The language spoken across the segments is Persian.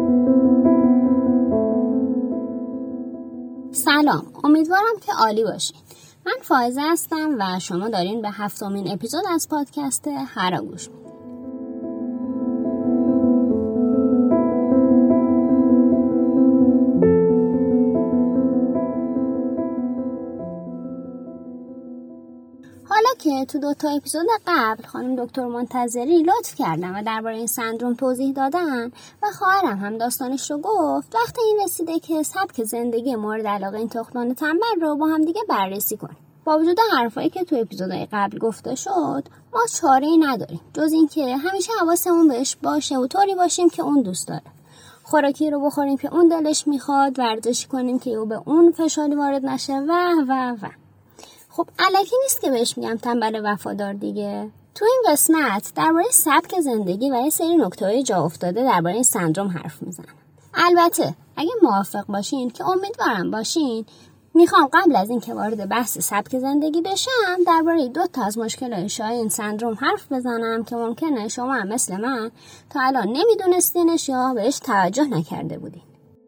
سلام، امیدوارم که عالی باشین. من فائزه هستم و شما دارین به 7مین اپیزود از پادکست هرا گوش میدین. حالا که تو 2 اپیزود قبل خانم دکتر منتظری لطف کردن و درباره این سندروم توضیح دادن و خواهرم هم داستانش رو گفت، وقت این رسیده که سبک زندگی مورد علاقه این تخمدان تنبل رو با هم دیگه بررسی کنیم. با وجود حرفایی که تو اپیزودهای قبل گفته شد، ما چاره‌ای نداریم جز این که همیشه حواسمون بهش باشه و طوری باشیم که اون دوست داره. خوراکی رو بخوریم که اون دلش میخواد، ورزشی کنیم که او به اون فشاری وارد نشه و. خب الکی نیست که بهش میگم تنبل وفادار دیگه. تو این قسمت درباره سبک زندگی و یه سری نکته‌های جا افتاده درباره این سندروم حرف میزنم. البته اگه موافق باشین که امیدوارم باشین، میخوام قبل از این که وارد بحث سبک زندگی بشم درباره 2 از مشکلات شایع این سندروم حرف بزنم که ممکنه شما هم مثل من تا الان نمیدونستینش یا بهش توجه نکرده بودین.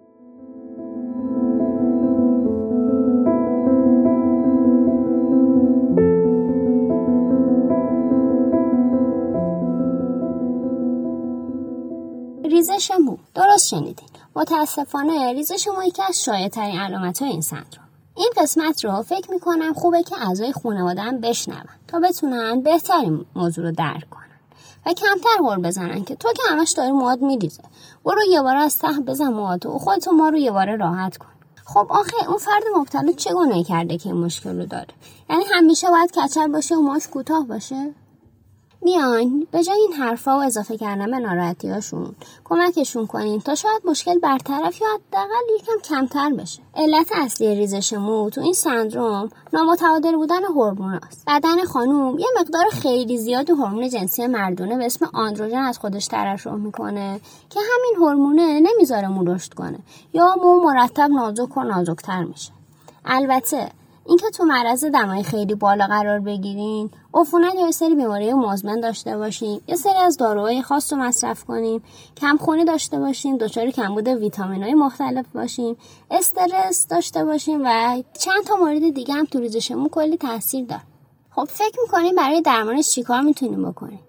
ریزش مو، درست شنیدین. متاسفانه ریزش مو یکی از شایع‌ترین علامت‌های این سندروم. این قسمت رو فکر می‌کنم خوبه که اعضای خانواده هم بشنون تا بتونن بهترین موضوع رو درک کنن و کمتر غر بزنن که تو که همش داری موهات میریزه، برو یه بار از ته بزن موهاتو و خودتو ما رو یه بار راحت کن. خب آخه اون فرد مبتلا چه گناهی کرده که این مشکل رو داره؟ یعنی همیشه باید کچل باشه و موهاش کوتاه باشه؟ بیاین به جای این حرفا و اضافه کردن به ناراحتی‌هاشون کمکشون کنین تا شاید مشکل برطرف یا حداقل یکم کمتر بشه. علت اصلی ریزش مو تو این سندروم نامتعادل بودن هورموناست. بدن خانوم یه مقدار خیلی زیاد هورمون جنسی مردونه به اسم آندروژن از خودش ترشح میکنه که همین هورمونه نمیذاره مو رشد کنه یا مو مرتب نازک و نازکتر میشه. البته اینکه تو معرض دمای خیلی بالا قرار بگیرین، عفونت یا سری بیماری مزمن داشته باشین، یه سری از داروهای خاص رو مصرف کنین، کمخونی داشته باشین، دچار کمبود ویتامین‌های مختلف باشین، استرس داشته باشین و چند تا مورد دیگه هم تو ریزش مو کلی تاثیر داره. خب فکر می‌کنین برای درمانش چیکار میتونیم بکنیم؟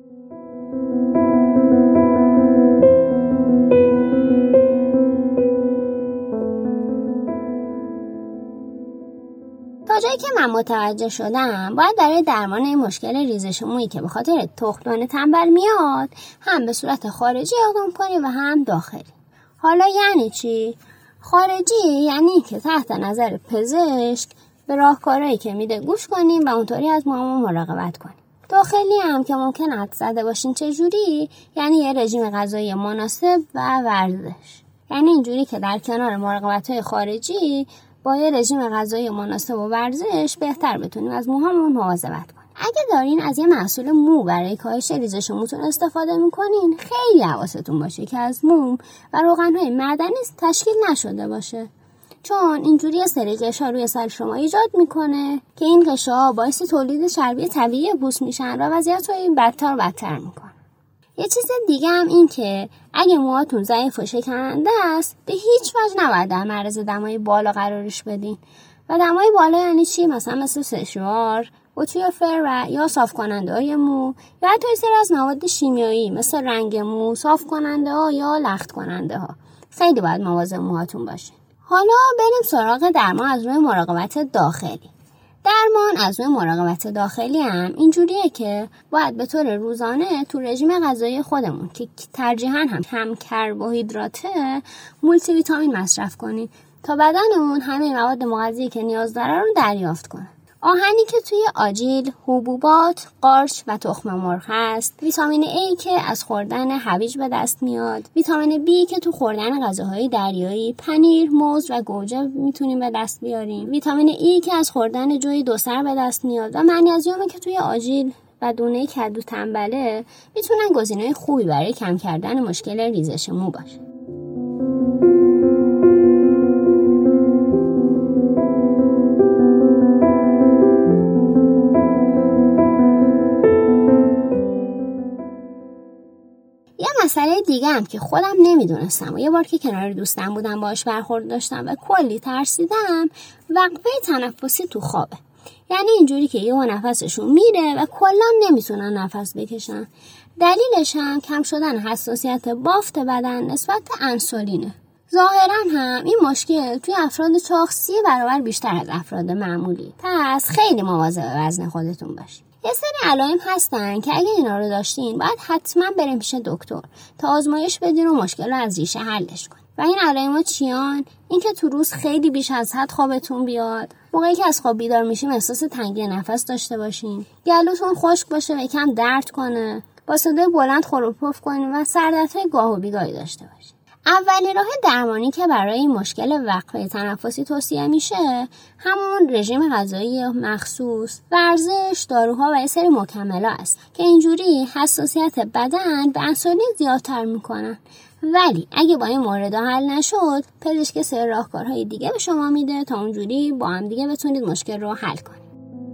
تا جایی که من متوجه شدم باید برای درمان این مشکل ریزش مویی که به خاطر تخمدان تنبل میاد هم به صورت خارجی اقدام کنی و هم داخلی. حالا یعنی چی؟ خارجی یعنی که تحت نظر پزشک به راهکارهایی که میده گوش کنیم و اونطوری از موامون مراقبت کنیم. داخلی هم که ممکن حد زده باشین چجوری؟ یعنی یه رژیم غذایی مناسب و ورزش. یعنی اینجوری که در کنار مراقبت‌های خارجی با یه رژیم غذایی مناسب و ورزش بهتر بتونیم از موهامون مواظبت کنیم. اگه دارین از یه محصول مو برای کاهش ریزش موتون استفاده میکنین، خیلی حواستون باشه که از موم و روغن‌های معدنی تشکیل نشده باشه، چون اینجوری یه سری قشا روی سر شما ایجاد میکنه که این قشا باعث تولید چربی طبیعی پوست میشن و وضعیت رو بدتر و بدتر میکنه. یه چیز دیگه هم این که اگه موهاتون ضعیف و شکننده است، به هیچ وجه نباید در معرض دمای بالا قرارش بدین. و دمای بالا یعنی چی؟ مثل سشوار، اوتیوفر یا صاف کننده های مو یا حتی سری از مواد شیمیایی مثل رنگ مو، صاف کننده ها یا لخت کننده ها. خیلی باید مواظب موهاتون باشین. حالا بریم سراغ درمان از روی مراقبت داخلی. درمان از روی مراقبت داخلی هم اینجوریه که باید به طور روزانه تو رژیم غذایی خودمون که ترجیحاً هم کم کربوهیدراته مولتی ویتامین مصرف کنیم تا بدنمون همه مواد مغذی که نیاز داره رو دریافت کنه. آهنی که توی آجیل، حبوبات، قارچ و تخم مرغ هست، ویتامین A که از خوردن هویج به دست میاد، ویتامین B که تو خوردن غذاهای دریایی، پنیر، موز و گوجه میتونیم به دست بیاریم، ویتامین E که از خوردن جوی دوسر به دست میاد و منیزیم که توی آجیل و دونه کدو تنبله میتونن گزینه‌های خوبی برای کم کردن مشکل ریزش مو باشه. مسئله دیگه هم که خودم نمیدونستم و یه بار که کنار دوستم بودم باهاش برخورد داشتم و کلی ترسیدم، وقفه تنفسی تو خوابه. یعنی اینجوری که یهو نفسشون میره و کلا نمیتونن نفس بکشن. دلیلش هم کم شدن حساسیت بافت بدن نسبت به انسولینه. ظاهرا هم این مشکل توی افراد چاق 30 برابر بیشتر از افراد معمولی. پس خیلی مواظب وزن خودتون باشید. یه سری علائم هستن که اگه اینا رو داشتین باید حتما بریم پیش دکتر تا آزمایش بدین و مشکل رو از ریشه حلش کنین. و این علائم چیان؟ این که تو روز خیلی بیش از حد خوابتون بیاد، موقعی که از خواب بیدار میشین احساس تنگی نفس داشته باشین، گلوتون خشک باشه و یکم درد کنه، با صدای بلند خور و پف کنین و سردردهای گاه و بیگاهی داشته باشین. اولین راه درمانی که برای این مشکل وقفه تنفسی توصیه میشه همون رژیم غذایی مخصوص، ورزش، داروها و یه سری مکمل‌ها است که اینجوری حساسیت بدن به انسولین زیادتر میکنن. ولی اگه با این مورد حل نشد، پزشک سری راهکارهای دیگه به شما میده تا اونجوری با هم دیگه بتونید مشکل رو حل کنید.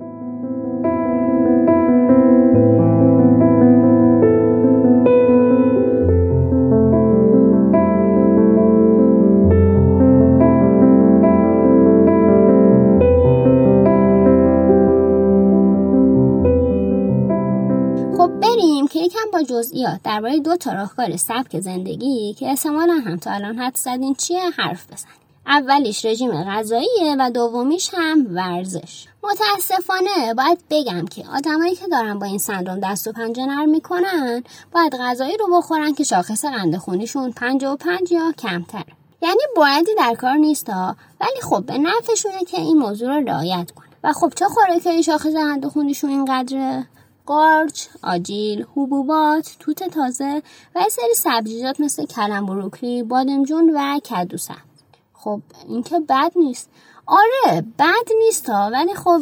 که یکم با جزئیات درباره 2 راهکار سبک زندگی که احتمالاً هم تا الان حد زدین چیه حرف بزنیم. اولیش رژیم غذاییه و دومیش هم ورزش. متاسفانه باید بگم که آدمایی که دارن با این سندرم دست و پنجه نرم میکنن باید غذایی رو بخورن که شاخص قند خونیشون 55 یا کمتر. یعنی بایدی در کار نیستا، ولی خب به نفعشونه که این موضوع رو رعایت کنن. و خب چه خوراکی شاخص قند خونیشون اینقدره؟ قارچ، آجیل، حبوبات، توت تازه و یه سری سبزیجات مثل کلم بروکلی، بادمجون و کدو سبز. خب این که بد نیست. آره بد نیست ها، ولی خب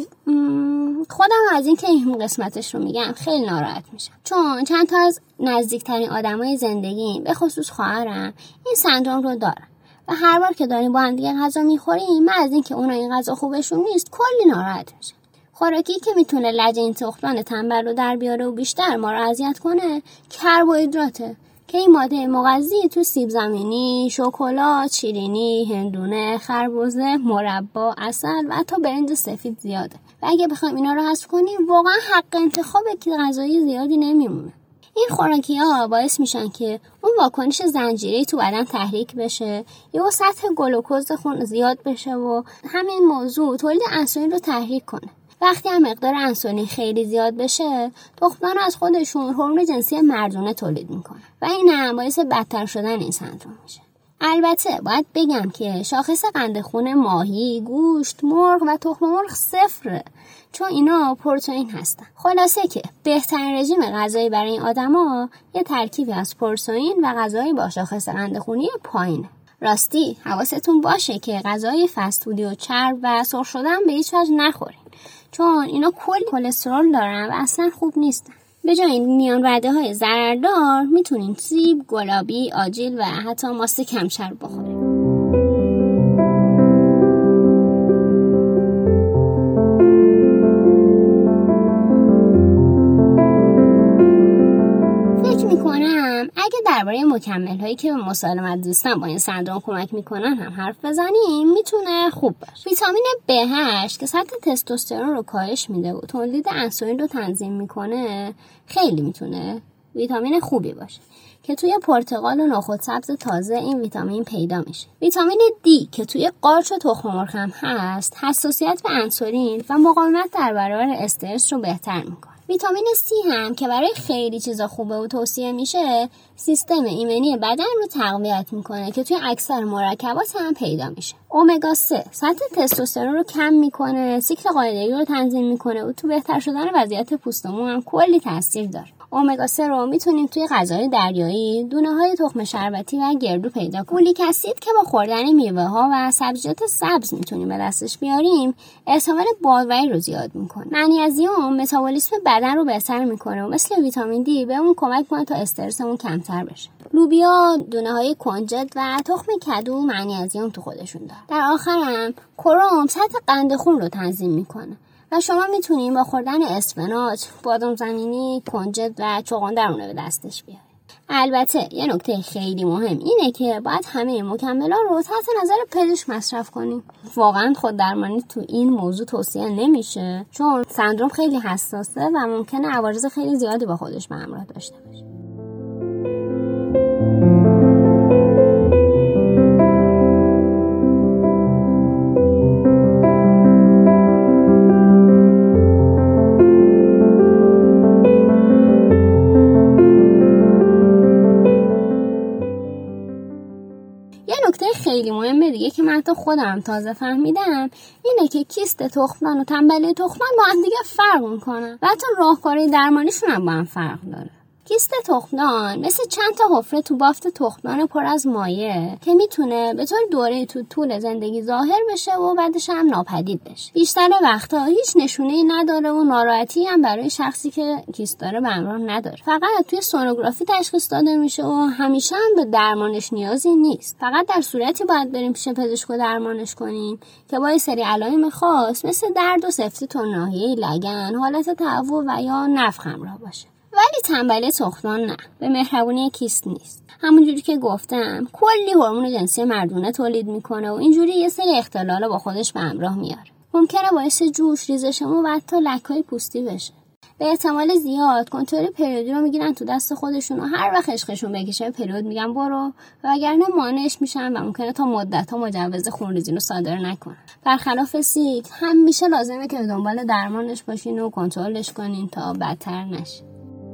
خودم از این که این قسمتش رو میگم خیلی ناراحت میشم، چون چند تا از نزدیکترین آدمای زندگیم به خصوص خواهرم این سندرم رو دارن و هر بار که داریم با هم دیگه غذا میخوریم من از این که اونا این غذا خوبشون نیست کلی ناراحت میشم. خوراکی که میتونه لجه این تخمدان تنبل رو در بیاره و بیشتر ما رو اذیت کنه کربوهیدراته که این ماده مغذی تو سیب زمینی، شکلات، شیرینی، هندونه، خربزه، مربا، عسل و حتی برنج سفید زیاده و اگه بخوایم اینا رو حذف کنیم واقعا حق انتخاب غذایی زیادی نمیمونه. این خوراکی ها باعث میشن که اون واکنش زنجیره‌ای تو بدن تحریک بشه یا سطح گلوکوز خون زیاد بشه و همین موضوع تولید انسولین رو تحریک کنه. وقتی هم مقدار انسولین خیلی زیاد بشه، تخمدان از خودشون هورمون جنسی مردونه تولید میکنه و این هم باعث بدتر شدن این سندرم میشه. البته باید بگم که شاخص قند خون ماهی، گوشت، مرغ و تخم مرغ 0 چون اینا پروتئین هستن. خلاصه که بهترین رژیم غذایی برای این آدما یه ترکیبی از پروتئین و غذایی با شاخص قند خونی پایینه. راستی حواستون باشه که غذای فست فودی و چرب و سرخ شدن به هیچ وجه نخورین، چون اینا کلی کلسترول دارن و اصلا خوب نیستن. به جای این میان وعده های ضرردار میتونین سیب، گلابی، آجیل و حتی ماست کمچرب بخورین. اگه درباره مکمل‌هایی که به مسالمت زیستن با این سندرم کمک میکنن هم حرف بزنیم میتونه خوب باشه. ویتامین B8 که سطح تستوسترون رو کاهش میده و تولید انسولین رو تنظیم میکنه خیلی میتونه ویتامین خوبی باشه که توی پرتقال و نخود سبز تازه این ویتامین پیدا میشه. ویتامین D که توی قارچ و تخم مرغ هم هست حساسیت به انسولین و مقاومت در برابر استرس رو بهتر میکنه. ویتامین C هم که برای خیلی چیزا خوبه و توصیه میشه سیستم ایمنی بدن رو تقویت میکنه که توی اکثر مرکبات هم پیدا میشه. امگا 3 سطح تستوسترون رو کم میکنه، سیکل قاعدگی رو تنظیم میکنه و تو بهتر شدن وضعیت پوست و مو هم کلی تاثیر داره. امگا 3 رو میتونیم توی غذای دریایی، دونه‌های تخم شربتی و گردو پیدا کنیم. فولیک اسید که با خوردن میوه‌ها و سبزیجات سبز میتونیم به دستش بیاریم، احتمال باروری رو زیاد میکنه. منیزیم متابولیسم بدن رو بهتر میکنه و مثل ویتامین دی بهمون کمک کنه تا استرسمون کمتر بشه. لوبیا، دونه‌های کنجد و تخم کدو منیزیم تو خودشون داره. در آخرم کروم سطح قند خون رو تنظیم میکنه و شما میتونید با خوردن اسفناج، بادام زمینی، کنجد و چغندر اون رو به دستش بیارید. البته یه نکته خیلی مهم اینه که باید همه مکمل‌ها رو تحت نظر پزشک مصرف کنیم. واقعا خود درمانی تو این موضوع توصیه نمیشه، چون سندرم خیلی حساسه و ممکنه عوارض خیلی زیادی با خودش به همراه داشته باشه. خیلی مهمه دیگه که من حتی خودم تازه فهمیدم اینه که کیست تخمدان و تنبلی تخمدان با هم دیگه فرق میکنن و حتی راهکارهای درمانیشون هم با هم فرق داره. کیست تخمدان مثل چند تا حفره تو بافت تخمدان پر از مایع که میتونه به طور دوره تو طول زندگی ظاهر بشه و بعدش هم ناپدید بشه. بیشتر وقتا هیچ نشونه‌ای نداره و ناراحتی هم برای شخصی که کیست داره به همراه نداره. فقط توی سونوگرافی تشخیص داده میشه و همیشه هم به درمانش نیازی نیست. فقط در صورتی باید بریم پیش پزشک و درمانش کنیم که با یه سری علائم خاص مثل درد و سفتی تو ناحیه لگن، حالت تهوع و یا نفخ همراه باشه. ولی تنبلی تخمدان نه، به مهربونی کیست نیست. همونجوری که گفتم کلی هورمون جنسی مردونه تولید میکنه و اینجوری یه سری اختلال با خودش به همراه میاره. ممکنه باعث جوش، ریزش مو و حتی لک‌های پوستی بشه. به احتمال زیاد کنترل پریودی رو میگیرن تو دست خودشون و هر وقت عشقشون بکشه پریود میگن برو، وگرنه مانعش میشن و ممکنه تا مدت‌ها مجوز خونریزی رو صادر نکنن. برخلاف سیکل همیشه لازمه که به دنبال درمانش باشین و کنترلش کنین تا بدتر نشه.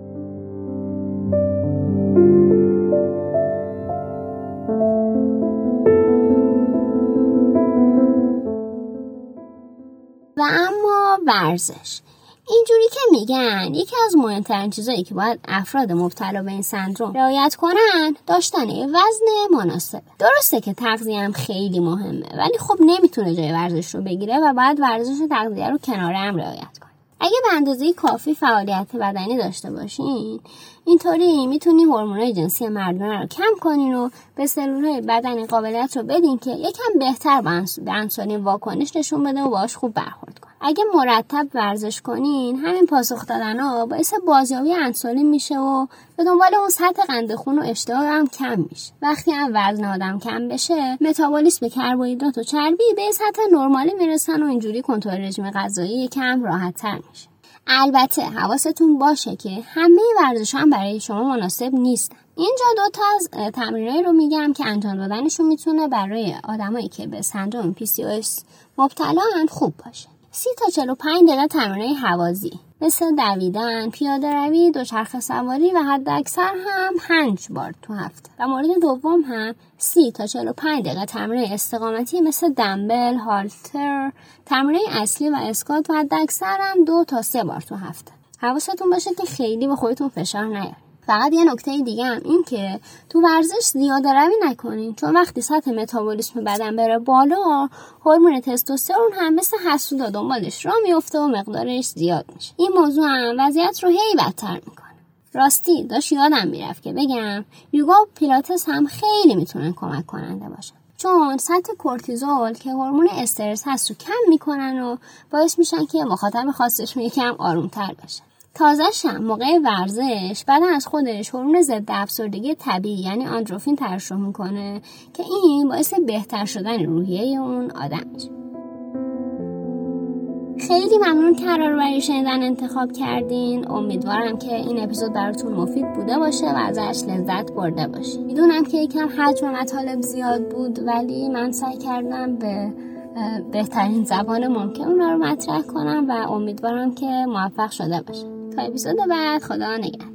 و اما ورزش، اینجوری که میگن یکی از مهمترین چیزایی که باید افراد مبتلا به این سندرم رعایت کنن داشتن وزن مناسب. درسته که تغذیه هم خیلی مهمه، ولی خب نمیتونه جای ورزش رو بگیره و باید ورزش و تغذیه رو کنار هم رعایت کنن. اگه به اندازه کافی فعالیت بدنی داشته باشین، اینطوری میتونین هورمونای جنسی مردونه رو کم کنین و به سلولهای بدن قابلیت رو بدین که یکم بهتر به انسولین واکنش نشون بده و باهاش خوب برخورد کنه. اگه مرتب ورزش کنین، همین پاسخ دادن‌ها باعث بازیابی انسولین میشه و به دنبال اون سطح قند خون و اشتها هم کم میشه. وقتی هم وزن آدم کم بشه، متابولیسم کربوهیدرات و چربی به سطح نرمالی میرسن و اینجوری کنترل رژیم غذایی یکم راحت‌تر میشه. البته حواستون باشه که همه ورزش‌ها هم برای شما مناسب نیستن. اینجا 2 تا از تمرینایی رو میگم که انجام دادنشون میتونه برای آدمایی که به سندرم PCOS مبتلان خوب باشه. 30 تا 45 دقیقه تمرینای هوازی مثل دویدن، پیاده روی، دوچرخه سواری و حداکثر هم 5 بار تو هفته. و مورد دوم هم 30 تا 45 دقیقه تمرین استقامتی مثل دمبل، هالتر، تمرین اصلی و اسکات و حداکثر هم 2 تا 3 بار تو هفته. حواستون باشه که خیلی به خودتون فشار نیارید. فقط یه نکته دیگه هم این که تو ورزش زیاده روی نکنین، چون وقتی سطح متابولیسم بدن بره بالا، هورمون تستوسترون هم مثل حسودا دنبالش راه میفته و مقدارش زیاد میشه. این موضوع هم وضعیت رو هی بدتر میکنه. راستی داشت یادم میرفت که بگم یوگا و پیلاتس هم خیلی میتونن کمک کننده باشن، چون سطح کورتیزول که هورمون استرس هست رو کم میکنن و باعث میشن که مخاطب خاصشون یکم آرومتر بشه. تازه‌ش هم موقع ورزش بدن از خودش هورمون ضد افسردگی طبیعی یعنی آندروفین ترشح میکنه که این باعث بهتر شدن روحیه اون آدم میشه. خیلی ممنون که قرار رو برای شنیدن انتخاب کردین. امیدوارم که این اپیزود براتون مفید بوده باشه و ازش لذت برده باشین. میدونم که یکم حجم مطالب زیاد بود، ولی من سعی کردم به بهترین زبان ممکن اونا رو مطرح کنم و امیدوارم که موفق شده باشه. تا اپیزود بعد، خدا نگهدار.